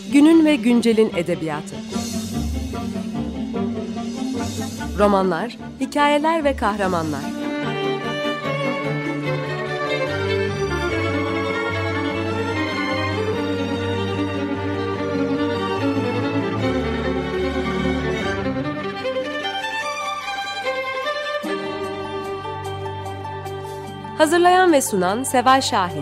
Günün ve güncelin edebiyatı. Romanlar, hikayeler ve kahramanlar. Hazırlayan ve sunan Seval Şahin.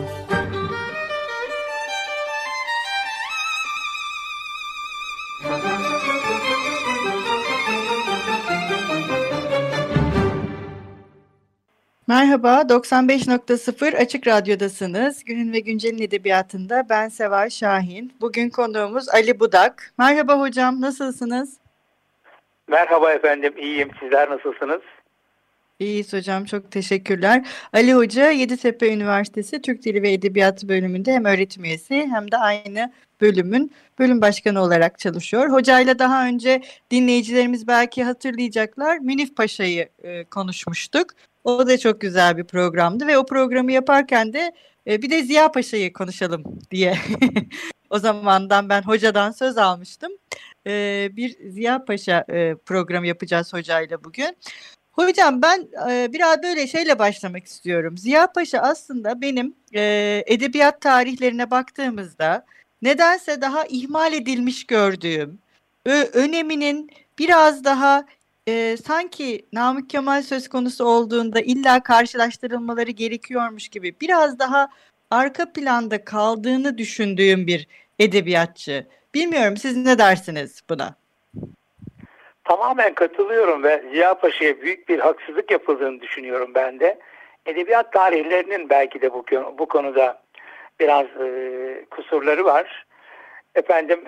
Merhaba, 95.0 Açık Radyo'dasınız. Günün ve Güncel'in edebiyatında ben Seval Şahin. Bugün konuğumuz Ali Budak. Merhaba hocam, nasılsınız? Merhaba efendim, iyiyim. Sizler nasılsınız? İyiyiz hocam, çok teşekkürler. Ali Hoca, Yeditepe Üniversitesi Türk Dili ve Edebiyatı bölümünde hem öğretim üyesi hem de aynı bölümün bölüm başkanı olarak çalışıyor. Hocayla daha önce dinleyicilerimiz belki hatırlayacaklar, Münif Paşa'yı konuşmuştuk. O da çok güzel bir programdı ve o programı yaparken de bir de Ziya Paşa'yı konuşalım diye o zamandan ben hocadan söz almıştım. Bir Ziya Paşa programı yapacağız hocayla bugün. Hocam ben biraz böyle şeyle başlamak istiyorum. Ziya Paşa aslında benim edebiyat tarihlerine baktığımızda nedense daha ihmal edilmiş gördüğüm, öneminin biraz daha sanki Namık Kemal söz konusu olduğunda illa karşılaştırılmaları gerekiyormuş gibi biraz daha arka planda kaldığını düşündüğüm bir edebiyatçı. Bilmiyorum, siz ne dersiniz buna? Tamamen katılıyorum ve Ziya Paşa'ya büyük bir haksızlık yapıldığını düşünüyorum ben de. Edebiyat tarihlerinin belki de bu konuda biraz kusurları var. Efendim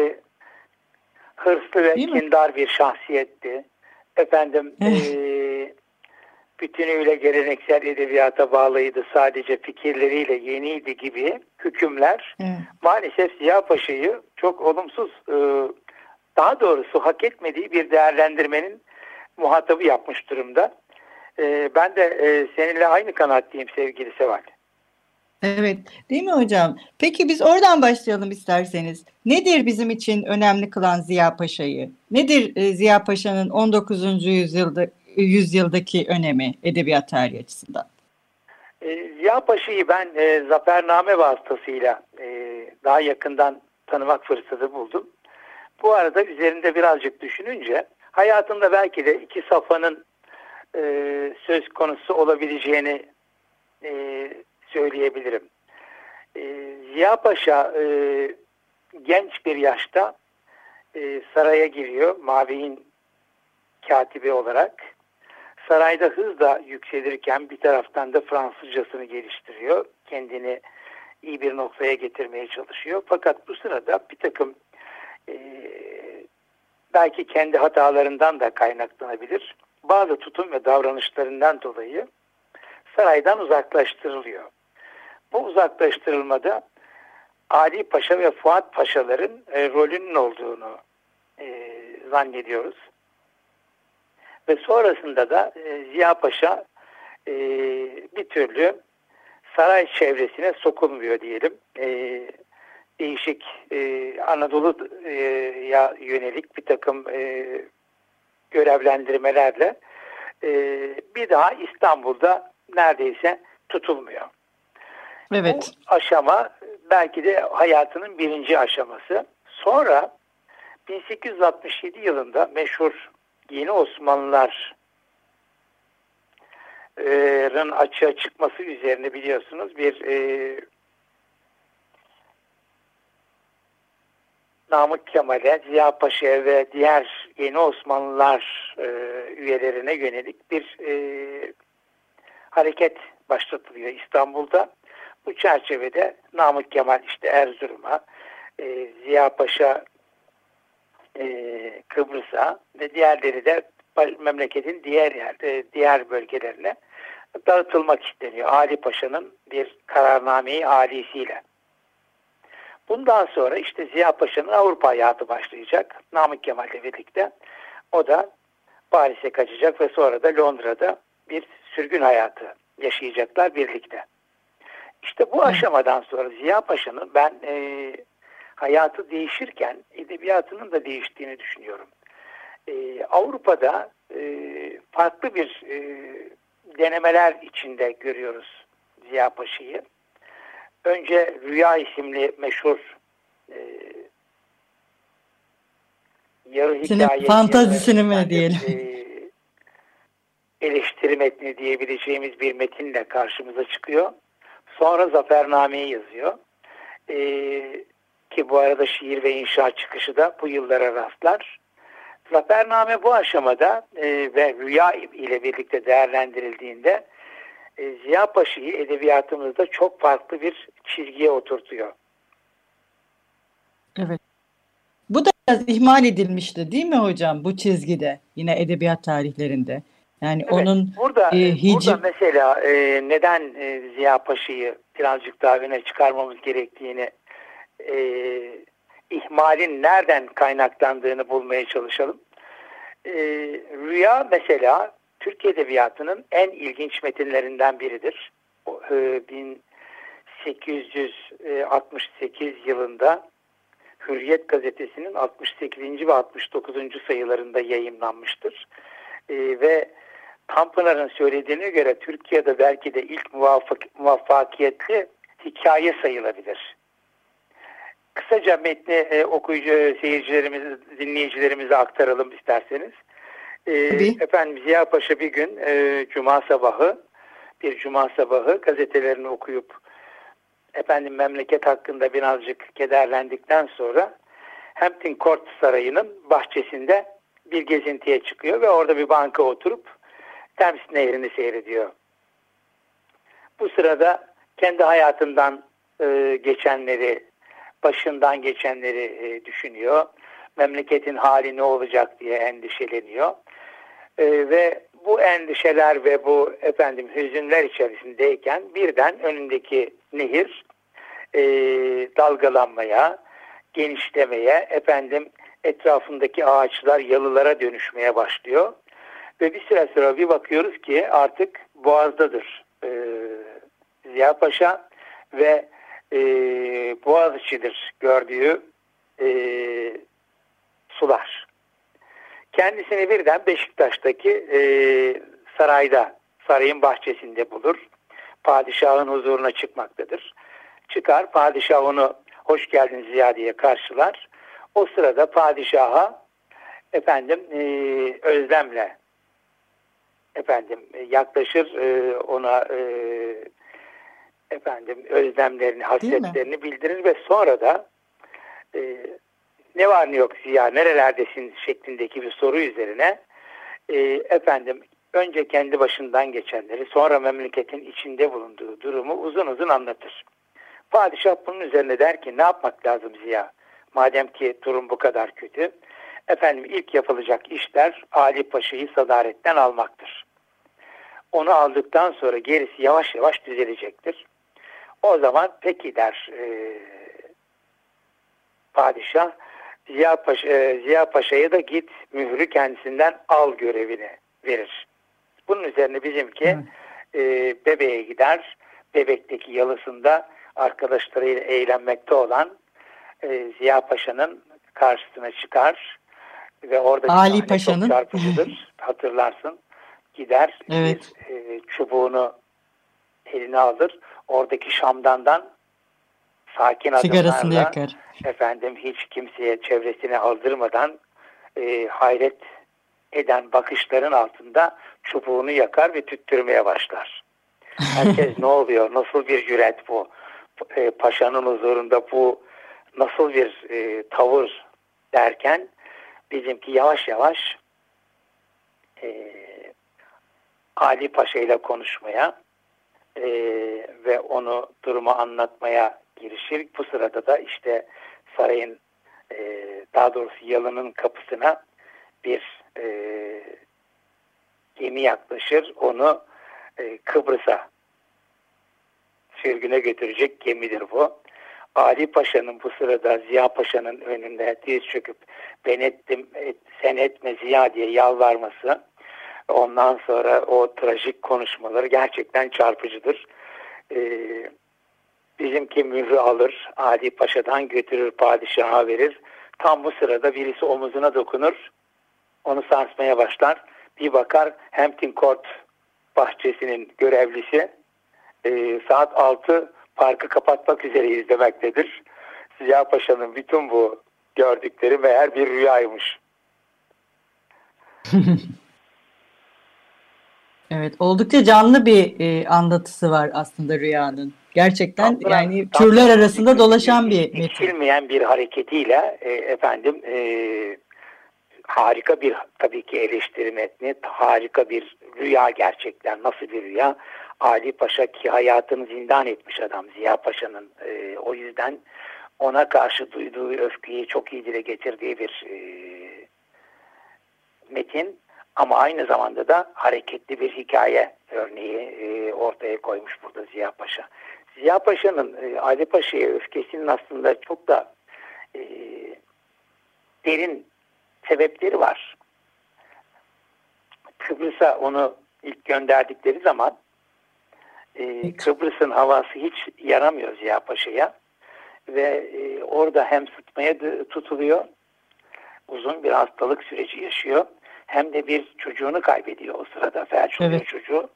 hırslı ve kindar bir şahsiyetti. Efendim bütünüyle geleneksel edebiyata bağlıydı, sadece fikirleriyle yeniydi gibi hükümler maalesef Ziya Paşa'yı çok olumsuz, daha doğrusu hak etmediği bir değerlendirmenin muhatabı yapmış durumda. Ben de seninle aynı kanaatteyim sevgili Seval. Evet, değil mi hocam? Peki biz oradan başlayalım isterseniz. Nedir bizim için önemli kılan Ziya Paşa'yı? Nedir Ziya Paşa'nın 19. yüzyıldaki önemi edebiyat tarihi açısından? Ziya Paşa'yı ben zafername vasıtasıyla daha yakından tanımak fırsatı buldum. Bu arada üzerinde birazcık düşününce hayatında belki de iki safhanın söz konusu olabileceğini söyleyebilirim. Ziya Paşa genç bir yaşta saraya giriyor Mavi'nin katibi olarak. Sarayda hızla yükselirken bir taraftan da Fransızcasını geliştiriyor. Kendini iyi bir noktaya getirmeye çalışıyor. Fakat bu sırada bir takım belki kendi hatalarından da kaynaklanabilir, bazı tutum ve davranışlarından dolayı saraydan uzaklaştırılıyor. Bu uzaklaştırılmada Ali Paşa ve Fuat Paşaların rolünün olduğunu zannediyoruz. Ve sonrasında da Ziya Paşa bir türlü saray çevresine sokulmuyor diyelim. Değişik Anadolu'ya yönelik bir takım görevlendirmelerle bir daha İstanbul'da neredeyse tutulmuyor. Evet. Bu aşama belki de hayatının birinci aşaması. Sonra 1867 yılında meşhur Yeni Osmanlıların açığa çıkması üzerine biliyorsunuz bir Namık Kemal'e, Ziya Paşa'ya ve diğer Yeni Osmanlılar üyelerine yönelik bir hareket başlatılıyor İstanbul'da. Bu çerçevede Namık Kemal işte Erzurum'a, Ziya Paşa Kıbrıs'a ve diğerleri de memleketin diğer bölgelerine dağıtılmak isteniyor. Ali Paşa'nın bir kararname-i alisiyle. Bundan sonra işte Ziya Paşa'nın Avrupa hayatı başlayacak. Namık Kemal'le birlikte. O da Paris'e kaçacak ve sonra da Londra'da bir sürgün hayatı yaşayacaklar birlikte. İşte bu aşamadan sonra Ziya Paşa'nın ben hayatı değişirken edebiyatının da değiştiğini düşünüyorum. Avrupa'da farklı bir denemeler içinde görüyoruz Ziya Paşa'yı. Önce Rüya isimli meşhur yarı hikaye, fantazisini mi diyelim? Eleştiri metni diyebileceğimiz bir metinle karşımıza çıkıyor. Sonra Zafername'yi yazıyor. Ki bu arada şiir ve inşa çıkışı da bu yıllara rastlar. Zafername bu aşamada ve Rüya ile birlikte değerlendirildiğinde Ziya Paşa'yı edebiyatımızda çok farklı bir çizgiye oturtuyor. Evet. Bu da biraz ihmal edilmişti değil mi hocam bu çizgide yine edebiyat tarihlerinde? Yani evet, onun burada mesela neden Ziya Paşa'yı birazcık daha öne çıkarmamız gerektiğini, ihmalin nereden kaynaklandığını bulmaya çalışalım. Rüya mesela Türk Edebiyatı'nın en ilginç metinlerinden biridir. 1868 yılında Hürriyet Gazetesi'nin 68. ve 69. sayılarında yayımlanmıştır. Ve Tanpınar'ın söylediğine göre Türkiye'de belki de ilk muvaffakiyetli hikaye sayılabilir. Kısaca metni okuyucu seyircilerimize, dinleyicilerimize aktaralım isterseniz. Efendim Ziya Paşa bir gün cuma sabahı gazetelerini okuyup memleket hakkında birazcık kederlendikten sonra Hampton Court Sarayı'nın bahçesinde bir gezintiye çıkıyor ve orada bir banka oturup Thames Nehri'ni seyrediyor. Bu sırada kendi hayatından başından geçenleri düşünüyor. Memleketin hali ne olacak diye endişeleniyor. Ve bu endişeler ve bu hüzünler içerisindeyken birden önündeki nehir dalgalanmaya, genişlemeye, etrafındaki ağaçlar yalılara dönüşmeye başlıyor. Ve bir süre sonra bir bakıyoruz ki artık boğazdadır Ziya Paşa ve Boğaziçi'dir gördüğü sular. Kendisini birden Beşiktaş'taki sarayın bahçesinde bulur. Padişahın huzuruna çıkmaktadır. Çıkar, padişah onu hoş geldin Ziya diye karşılar. O sırada padişaha özlemle yaklaşır, ona özlemlerini, hasretlerini bildirir ve sonra da ne var ne yok Ziya, nerelerdesin şeklindeki bir soru üzerine önce kendi başından geçenleri, sonra memleketin içinde bulunduğu durumu uzun uzun anlatır. Padişah bunun üzerine der ki ne yapmak lazım Ziya? Madem ki durum bu kadar kötü. İlk yapılacak işler Ali Paşa'yı sadaretten almaktır. Onu aldıktan sonra gerisi yavaş yavaş düzelecektir. O zaman peki der padişah, Ziya Paşa'ya da git mührü kendisinden al görevini verir. Bunun üzerine bizimki Bebe'ye gider. Bebek'teki yalısında arkadaşlarıyla eğlenmekte olan Ziya Paşa'nın karşısına çıkar ve orada Ali Paşa'nın çok çarpıcıdır. Hatırlarsın. Gider, evet. Çubuğunu eline alır. Oradaki şamdandan sakin sigarasını adımlarla hiç kimseye çevresine aldırmadan hayret eden bakışların altında çubuğunu yakar ve tüttürmeye başlar. Herkes ne oluyor? Nasıl bir cüret bu? Paşanın huzurunda bu nasıl bir tavır derken bizimki yavaş yavaş Ali Paşa ile konuşmaya ve onu durumu anlatmaya girişir. Bu sırada da sarayın daha doğrusu yalının kapısına bir gemi yaklaşır. Onu Kıbrıs'a sürgüne götürecek gemidir bu. Ali Paşa'nın bu sırada Ziya Paşa'nın önünde diz çöküp ben ettim sen etme Ziya diye yalvarması, ondan sonra o trajik konuşmaları gerçekten çarpıcıdır. Bizimki mührü alır, Ali Paşa'dan götürür padişaha verir. Tam bu sırada birisi omuzuna dokunur, onu sarsmaya başlar. Bir bakar Hampton Court bahçesinin görevlisi saat 6 parkı kapatmak üzereyiz demektedir. Ziya Paşa'nın bütün bu gördükleri meğer bir rüyaymış. Evet, oldukça canlı bir anlatısı var aslında rüyanın. Gerçekten yani türler arasında dolaşan bir metin. Eksilmeyen bir hareketiyle harika bir tabii ki eleştiri metni, harika bir rüya gerçekten. Nasıl bir rüya? Ali Paşa ki hayatını zindan etmiş adam Ziya Paşa'nın. O yüzden ona karşı duyduğu öfkeyi çok iyi dile getirdiği bir metin. Ama aynı zamanda da hareketli bir hikaye örneği ortaya koymuş burada Ziya Paşa. Ziya Paşa'nın Ali Paşa'ya öfkesinin aslında çok da derin sebepleri var. Kıbrıs'a onu ilk gönderdikleri zaman Kıbrıs'ın havası hiç yaramıyor Ziya Paşa'ya ve orada hem sıtmaya tutuluyor, uzun bir hastalık süreci yaşıyor, hem de bir çocuğunu kaybediyor o sırada, felç oluyor çocuğu.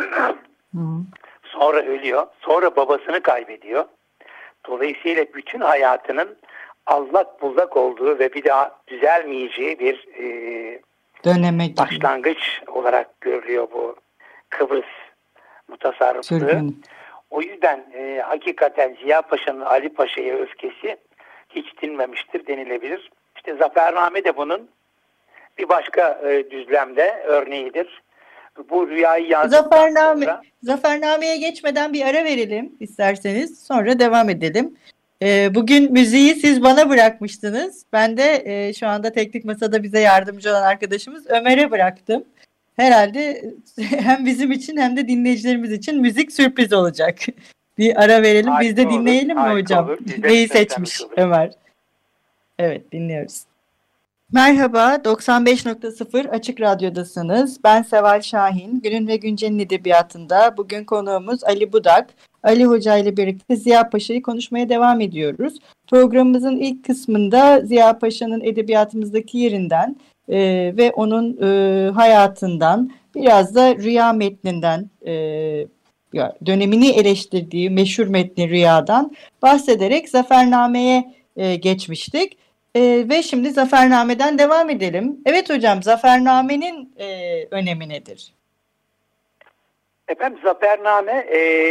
Sonra ölüyor, sonra babasını kaybediyor. Dolayısıyla bütün hayatının allak bullak olduğu ve bir daha düzelmeyeceği bir döneme başlangıç olarak görülüyor bu Kıbrıs mutasarrıflığı. O yüzden hakikaten Ziya Paşa'nın Ali Paşa'ya öfkesi hiç dinmemiştir denilebilir. İşte Zafername de bunun bir başka düzlemde örneğidir. Bu rüyayı yazdıktan sonra... Zafername'ye geçmeden bir ara verelim isterseniz. Sonra devam edelim. Bugün müziği siz bana bırakmıştınız. Ben de şu anda teknik masada bize yardımcı olan arkadaşımız Ömer'e bıraktım. Herhalde hem bizim için hem de dinleyicilerimiz için müzik sürpriz olacak. Bir ara verelim. Biz de dinleyelim mi hocam? Neyi seçmiş Ömer? Evet, dinliyoruz. Merhaba, 95.0 Açık Radyo'dasınız. Ben Seval Şahin. Günün ve Güncel'in edebiyatında bugün konuğumuz Ali Budak. Ali Hoca ile birlikte Ziya Paşa'yı konuşmaya devam ediyoruz. Programımızın ilk kısmında Ziya Paşa'nın edebiyatımızdaki yerinden ve onun hayatından, biraz da rüya metninden, dönemini eleştirdiği meşhur metni Rüya'dan bahsederek Zafername'ye geçmiştik. Ve şimdi Zafername'den devam edelim. Evet hocam, Zafername'nin önemi nedir? Efendim, Zafername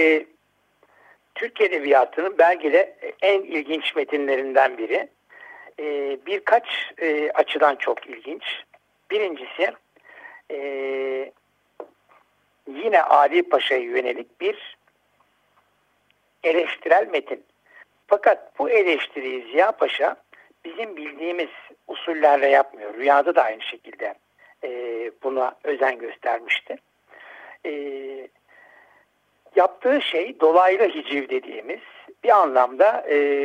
Türk Edebiyatı'nın belki de en ilginç metinlerinden biri. Birkaç açıdan çok ilginç. Birincisi yine Ali Paşa'ya yönelik bir eleştirel metin. Fakat bu eleştiriyi Ziya Paşa bizim bildiğimiz usullerle yapmıyor. Rüyada da aynı şekilde buna özen göstermişti. Yaptığı şey dolaylı hiciv dediğimiz bir anlamda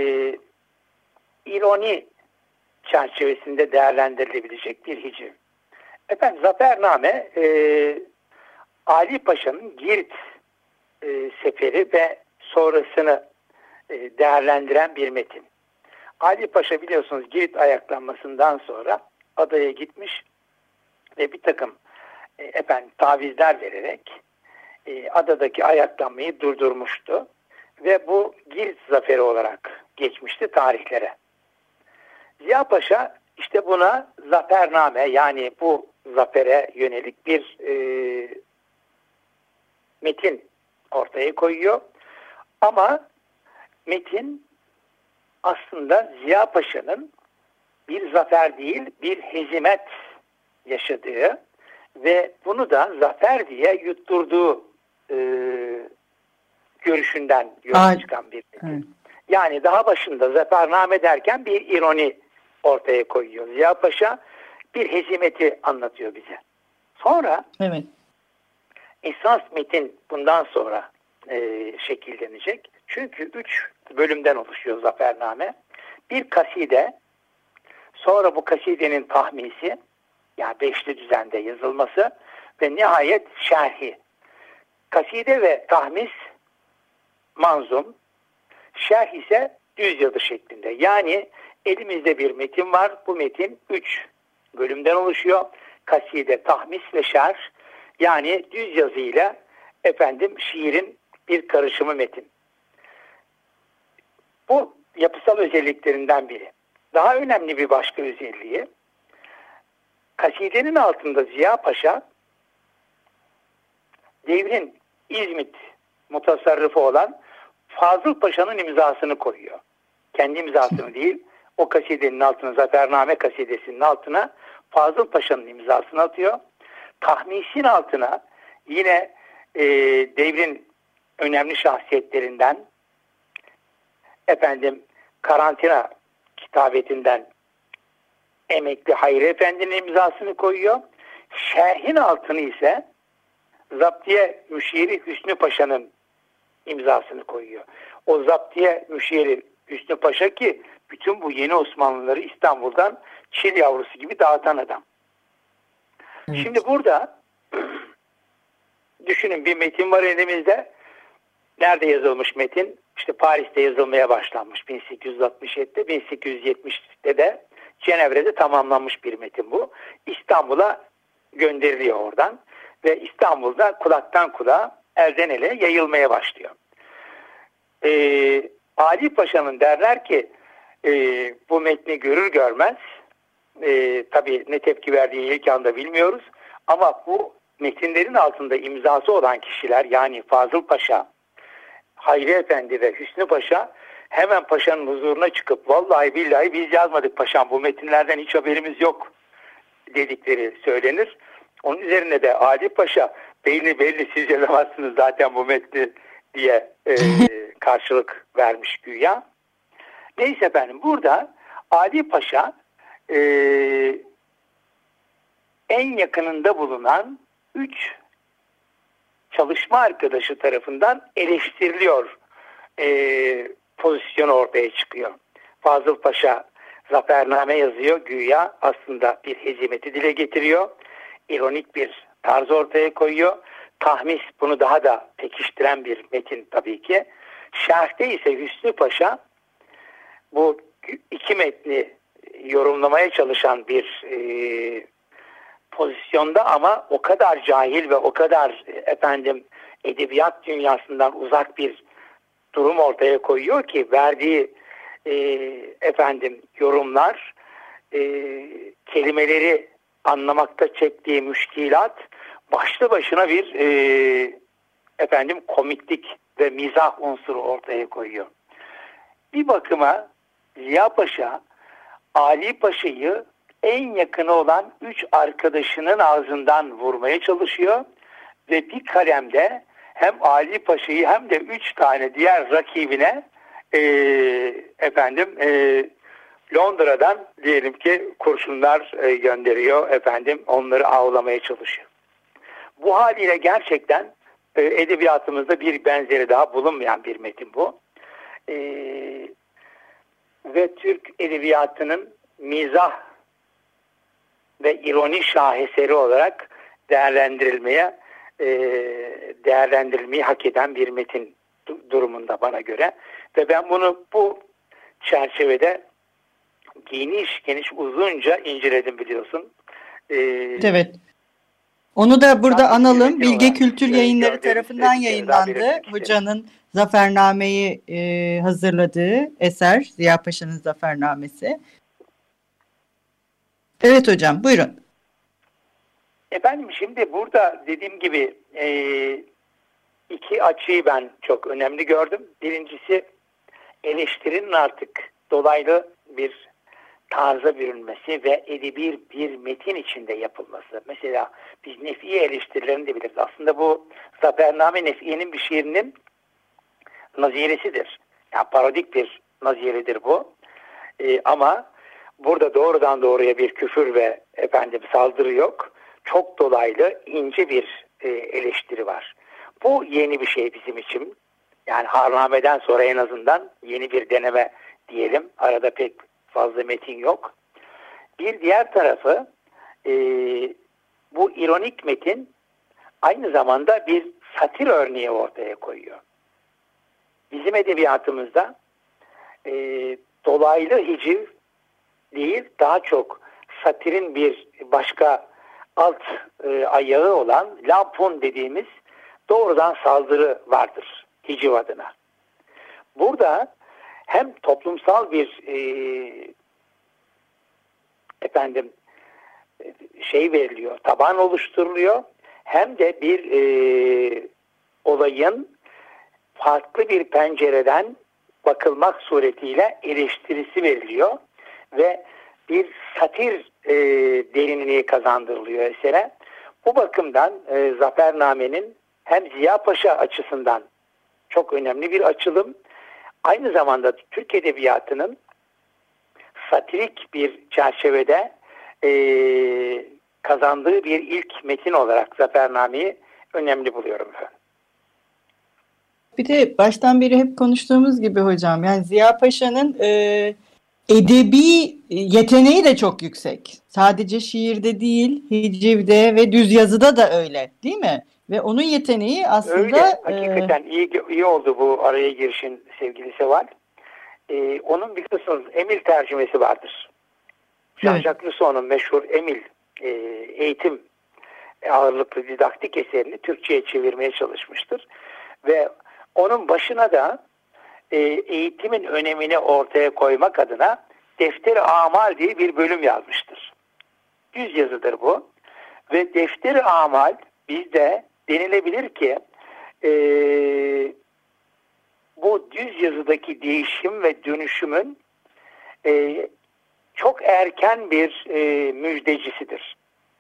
ironi çerçevesinde değerlendirilebilecek bir hiciv. Efendim, Zafername Ali Paşa'nın Girit seferi ve sonrasını değerlendiren bir metin. Ali Paşa biliyorsunuz Girit ayaklanmasından sonra adaya gitmiş ve bir takım tavizler vererek adadaki ayaklanmayı durdurmuştu ve bu Girit zaferi olarak geçmişti tarihlere. Ziya Paşa işte buna Zafername, yani bu zafere yönelik bir metin ortaya koyuyor. Ama metin aslında Ziya Paşa'nın bir zafer değil, bir hezimet yaşadığı ve bunu da zafer diye yutturduğu görüşünden yola çıkan bir metin. Evet. Yani daha başında Zafername derken bir ironi ortaya koyuyor. Ziya Paşa bir hezimeti anlatıyor bize. Sonra esas metin bundan sonra şekillenecek. Çünkü 3 bölümden oluşuyor Zafername. Bir kaside, sonra bu kasidenin tahmisi, yani 5'li düzende yazılması ve nihayet şerhi. Kaside ve tahmis manzum, Şerh ise düz yazı şeklinde. Yani elimizde bir metin var. Bu metin 3 bölümden oluşuyor. Kaside, tahmis ve şerh. Yani düz yazıyla şiirin bir karışımı metin. Bu yapısal özelliklerinden biri. Daha önemli bir başka özelliği, kasidenin altında Ziya Paşa devrin İzmit mutasarrıfı olan Fazıl Paşa'nın imzasını koyuyor. Kendi imzasını değil, o kasidenin altına, Zafername kasidesinin altına Fazıl Paşa'nın imzasını atıyor. Tahmisin altına yine devrin önemli şahsiyetlerinden karantina kitabetinden emekli Hayri Efendi'nin imzasını koyuyor. Şerhin altını ise Zaptiye Müşiri Hüsnü Paşa'nın imzasını koyuyor. O Zaptiye Müşiri Hüsnü Paşa ki bütün bu yeni Osmanlıları İstanbul'dan çil yavrusu gibi dağıtan adam. Evet. Şimdi burada düşünün, bir metin var elimizde. Nerede yazılmış metin? İşte Paris'te yazılmaya başlanmış 1867'de, 1870'de de Cenevre'de tamamlanmış bir metin bu. İstanbul'a gönderiliyor oradan ve İstanbul'da kulaktan kulağa, elden ele yayılmaya başlıyor. Ali Paşa'nın derler ki bu metni görür görmez, tabii ne tepki verdiğini ilk anda bilmiyoruz ama bu metinlerin altında imzası olan kişiler, yani Fazıl Paşa, Hayri Efendi ve Hüsnü Paşa hemen paşanın huzuruna çıkıp vallahi billahi biz yazmadık paşam, bu metinlerden hiç haberimiz yok dedikleri söylenir. Onun üzerine de Ali Paşa belli siz yazamazsınız zaten bu metni diye karşılık vermiş güya. Neyse burada Ali Paşa en yakınında bulunan 3 çalışma arkadaşı tarafından eleştiriliyor, pozisyonu ortaya çıkıyor. Fazıl Paşa Zafername yazıyor, güya aslında bir hezimeti dile getiriyor. İronik bir tarz ortaya koyuyor. Tahmis bunu daha da pekiştiren bir metin tabii ki. Şerhte ise Hüsnü Paşa bu iki metni yorumlamaya çalışan bir pozisyonda ama o kadar cahil ve o kadar edebiyat dünyasından uzak bir durum ortaya koyuyor ki verdiği yorumlar, kelimeleri anlamakta çektiği müşkilat başlı başına bir komiklik ve mizah unsuru ortaya koyuyor. Bir bakıma Ziya Paşa Ali Paşa'yı en yakını olan 3 arkadaşının ağzından vurmaya çalışıyor ve bir kalemde hem Ali Paşa'yı hem de 3 tane diğer rakibine Londra'dan diyelim ki kurşunlar gönderiyor, onları avlamaya çalışıyor. Bu haliyle gerçekten edebiyatımızda bir benzeri daha bulunmayan bir metin bu. Ve Türk edebiyatının mizah ve ironi şaheseri olarak değerlendirilmeyi hak eden bir metin durumunda bana göre. Ve ben bunu bu çerçevede geniş uzunca inceledim, biliyorsun. Evet. Onu da burada analım. Bilge Kültür Yayınları tarafından yayınlandı. Hocanın Zafername'yi hazırladığı eser, Ziya Paşa'nın Zafernamesi. Evet hocam, buyurun. Şimdi burada dediğim gibi iki açıyı ben çok önemli gördüm. Birincisi, eleştirinin artık dolaylı bir tarza bürünmesi ve edebi bir metin içinde yapılması. Mesela biz Nefiye eleştirilerini de biliriz. Aslında bu Zafername Nefiye'nin bir şiirinin naziresidir. Yani parodik bir naziredir bu. Ama burada doğrudan doğruya bir küfür ve saldırı yok. Çok dolaylı, ince bir eleştiri var. Bu yeni bir şey bizim için. Yani Harname'den sonra en azından yeni bir deneme diyelim. Arada pek fazla metin yok. Bir diğer tarafı bu ironik metin aynı zamanda bir satir örneği ortaya koyuyor. Bizim edebiyatımızda dolaylı hiciv değil, daha çok satirin bir başka alt ayağı olan lampun dediğimiz doğrudan saldırı vardır hiciv adına. Burada hem toplumsal bir şey veriliyor, taban oluşturuluyor, hem de bir olayın farklı bir pencereden bakılmak suretiyle eleştirisi veriliyor ve bir satir derinliği kazandırılıyor esere. Bu bakımdan Zafername'nin hem Ziya Paşa açısından çok önemli bir açılım, aynı zamanda Türk Edebiyatı'nın satirik bir çerçevede kazandığı bir ilk metin olarak Zafername'yi önemli buluyorum ben. Bir de baştan beri hep konuştuğumuz gibi hocam, yani Ziya Paşa'nın edebi yeteneği de çok yüksek. Sadece şiirde değil, hicivde ve düz yazıda da öyle, değil mi? Ve onun yeteneği aslında... Öyle, hakikaten iyi oldu bu araya girişin sevgili Seval. Onun biliyorsunuz Emil tercümesi vardır. Jean-Jacques Rousseau'nun meşhur Emil eğitim ağırlıklı didaktik eserini Türkçe'ye çevirmeye çalışmıştır. Ve onun başına da eğitimin önemini ortaya koymak adına Defter-i Amal diye bir bölüm yazmıştır. Düz yazıdır bu. Ve Defter-i Amal bizde denilebilir ki bu düz yazıdaki değişim ve dönüşümün çok erken bir müjdecisidir.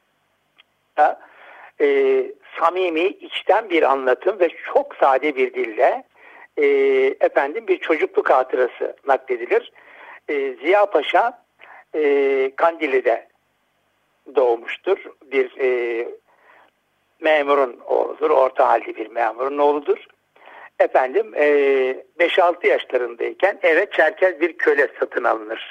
Samimi, içten bir anlatım ve çok sade bir dille bir çocukluk hatırası nakledilir. Ziya Paşa Kandilli'de doğmuştur. Bir memurun oğludur. Orta halli bir memurun oğludur. 5-6 yaşlarındayken eve Çerkez bir köle satın alınır.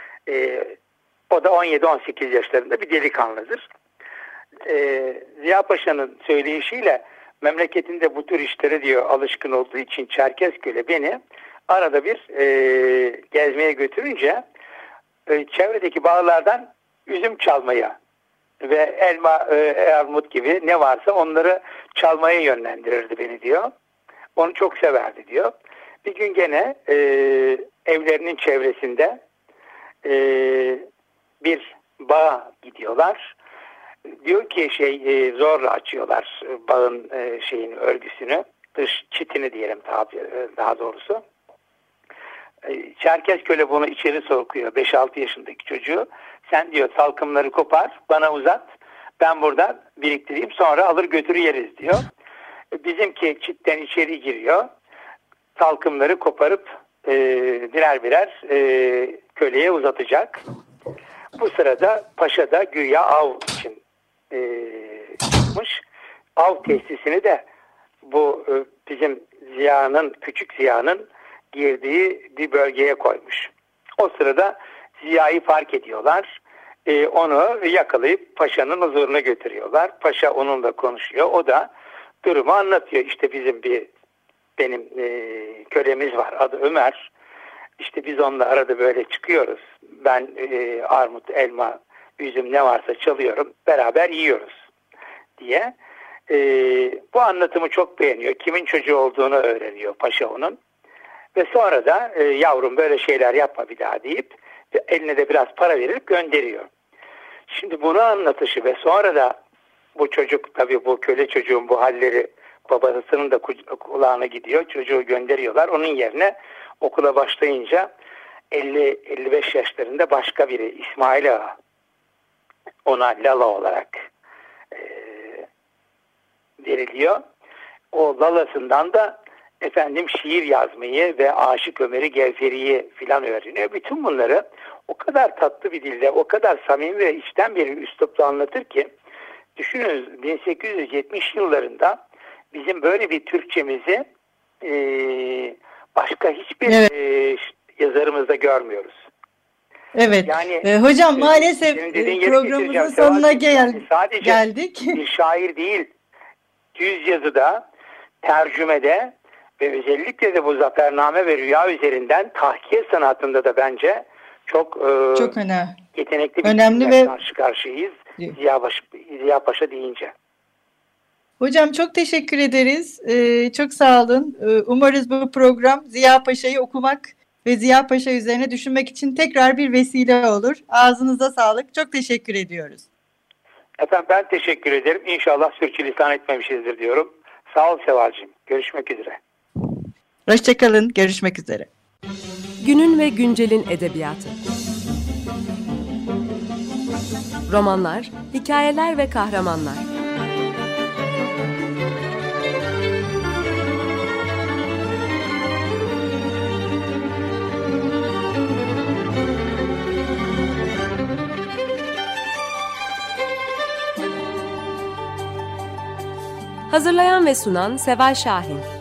O da 17-18 yaşlarında bir delikanlıdır. Ziya Paşa'nın söyleyişiyle memleketinde bu tür işlere diyor alışkın olduğu için Çerkez köle beni arada bir gezmeye götürünce çevredeki bağlardan üzüm çalmaya ve elma, armut gibi ne varsa onları çalmaya yönlendirirdi beni diyor. Onu çok severdi diyor. Bir gün gene evlerinin çevresinde bir bağa gidiyorlar. Diyor ki zorla açıyorlar bağın örgüsünü, dış çitini diyelim daha doğrusu. Çerkez köle bunu içeri sokuyor 5-6 yaşındaki çocuğu. Sen diyor salkımları kopar, bana uzat. Ben buradan biriktireyim, sonra alır götürü yeriz diyor. Bizimki çitten içeri giriyor. Salkımları koparıp birer birer köleye uzatacak. Bu sırada paşa da güya av için çıkmış. Av tesisini de bu bizim küçük Ziya'nın girdiği bir bölgeye koymuş. O sırada Ziya'yı fark ediyorlar. Onu yakalayıp paşanın huzuruna götürüyorlar. Paşa onunla konuşuyor. O da durumu anlatıyor. İşte benim kölemiz var. Adı Ömer. İşte biz onunla arada böyle çıkıyoruz. Ben armut, elma, üzüm ne varsa çalıyorum. Beraber yiyoruz diye. Bu anlatımı çok beğeniyor. Kimin çocuğu olduğunu öğreniyor paşa onun. Ve sonra da yavrum böyle şeyler yapma bir daha deyip eline de biraz para verip gönderiyor. Şimdi bunu anlatışı ve sonra da bu çocuk, tabii bu köle çocuğun bu halleri babasının da kulağına gidiyor. Çocuğu gönderiyorlar. Onun yerine okula başlayınca 50-55 yaşlarında başka biri İsmail Ağa ona Lala olarak veriliyor. O Lala'sından da şiir yazmayı ve Aşık Ömer'i Gevheri'yi filan öğreniyor. Bütün bunları o kadar tatlı bir dilde, o kadar samimi ve içten bir üslupla anlatır ki düşünün 1870 yıllarında bizim böyle bir Türkçemizi başka hiçbir yazarımızda görmüyoruz. Evet. Yani, hocam maalesef programımızın sonuna geldik. Bir şair değil, düz yazıda, tercümede Ve özellikle de bu zafername ve rüya üzerinden tahkiye sanatında da bence çok önemli. Yetenekli bir önemli ve karşı karşıyayız Ziya Paşa deyince. Hocam çok teşekkür ederiz. Çok sağ olun. Umarız bu program Ziya Paşa'yı okumak ve Ziya Paşa üzerine düşünmek için tekrar bir vesile olur. Ağzınıza sağlık. Çok teşekkür ediyoruz. Efendim ben teşekkür ederim. İnşallah sürçülisan etmemişizdir diyorum. Sağ ol Seval'cığım. Görüşmek üzere. Hoşçakalın. Görüşmek üzere. Günün ve güncelin edebiyatı. Romanlar, hikayeler ve kahramanlar. Hazırlayan ve sunan Seval Şahin.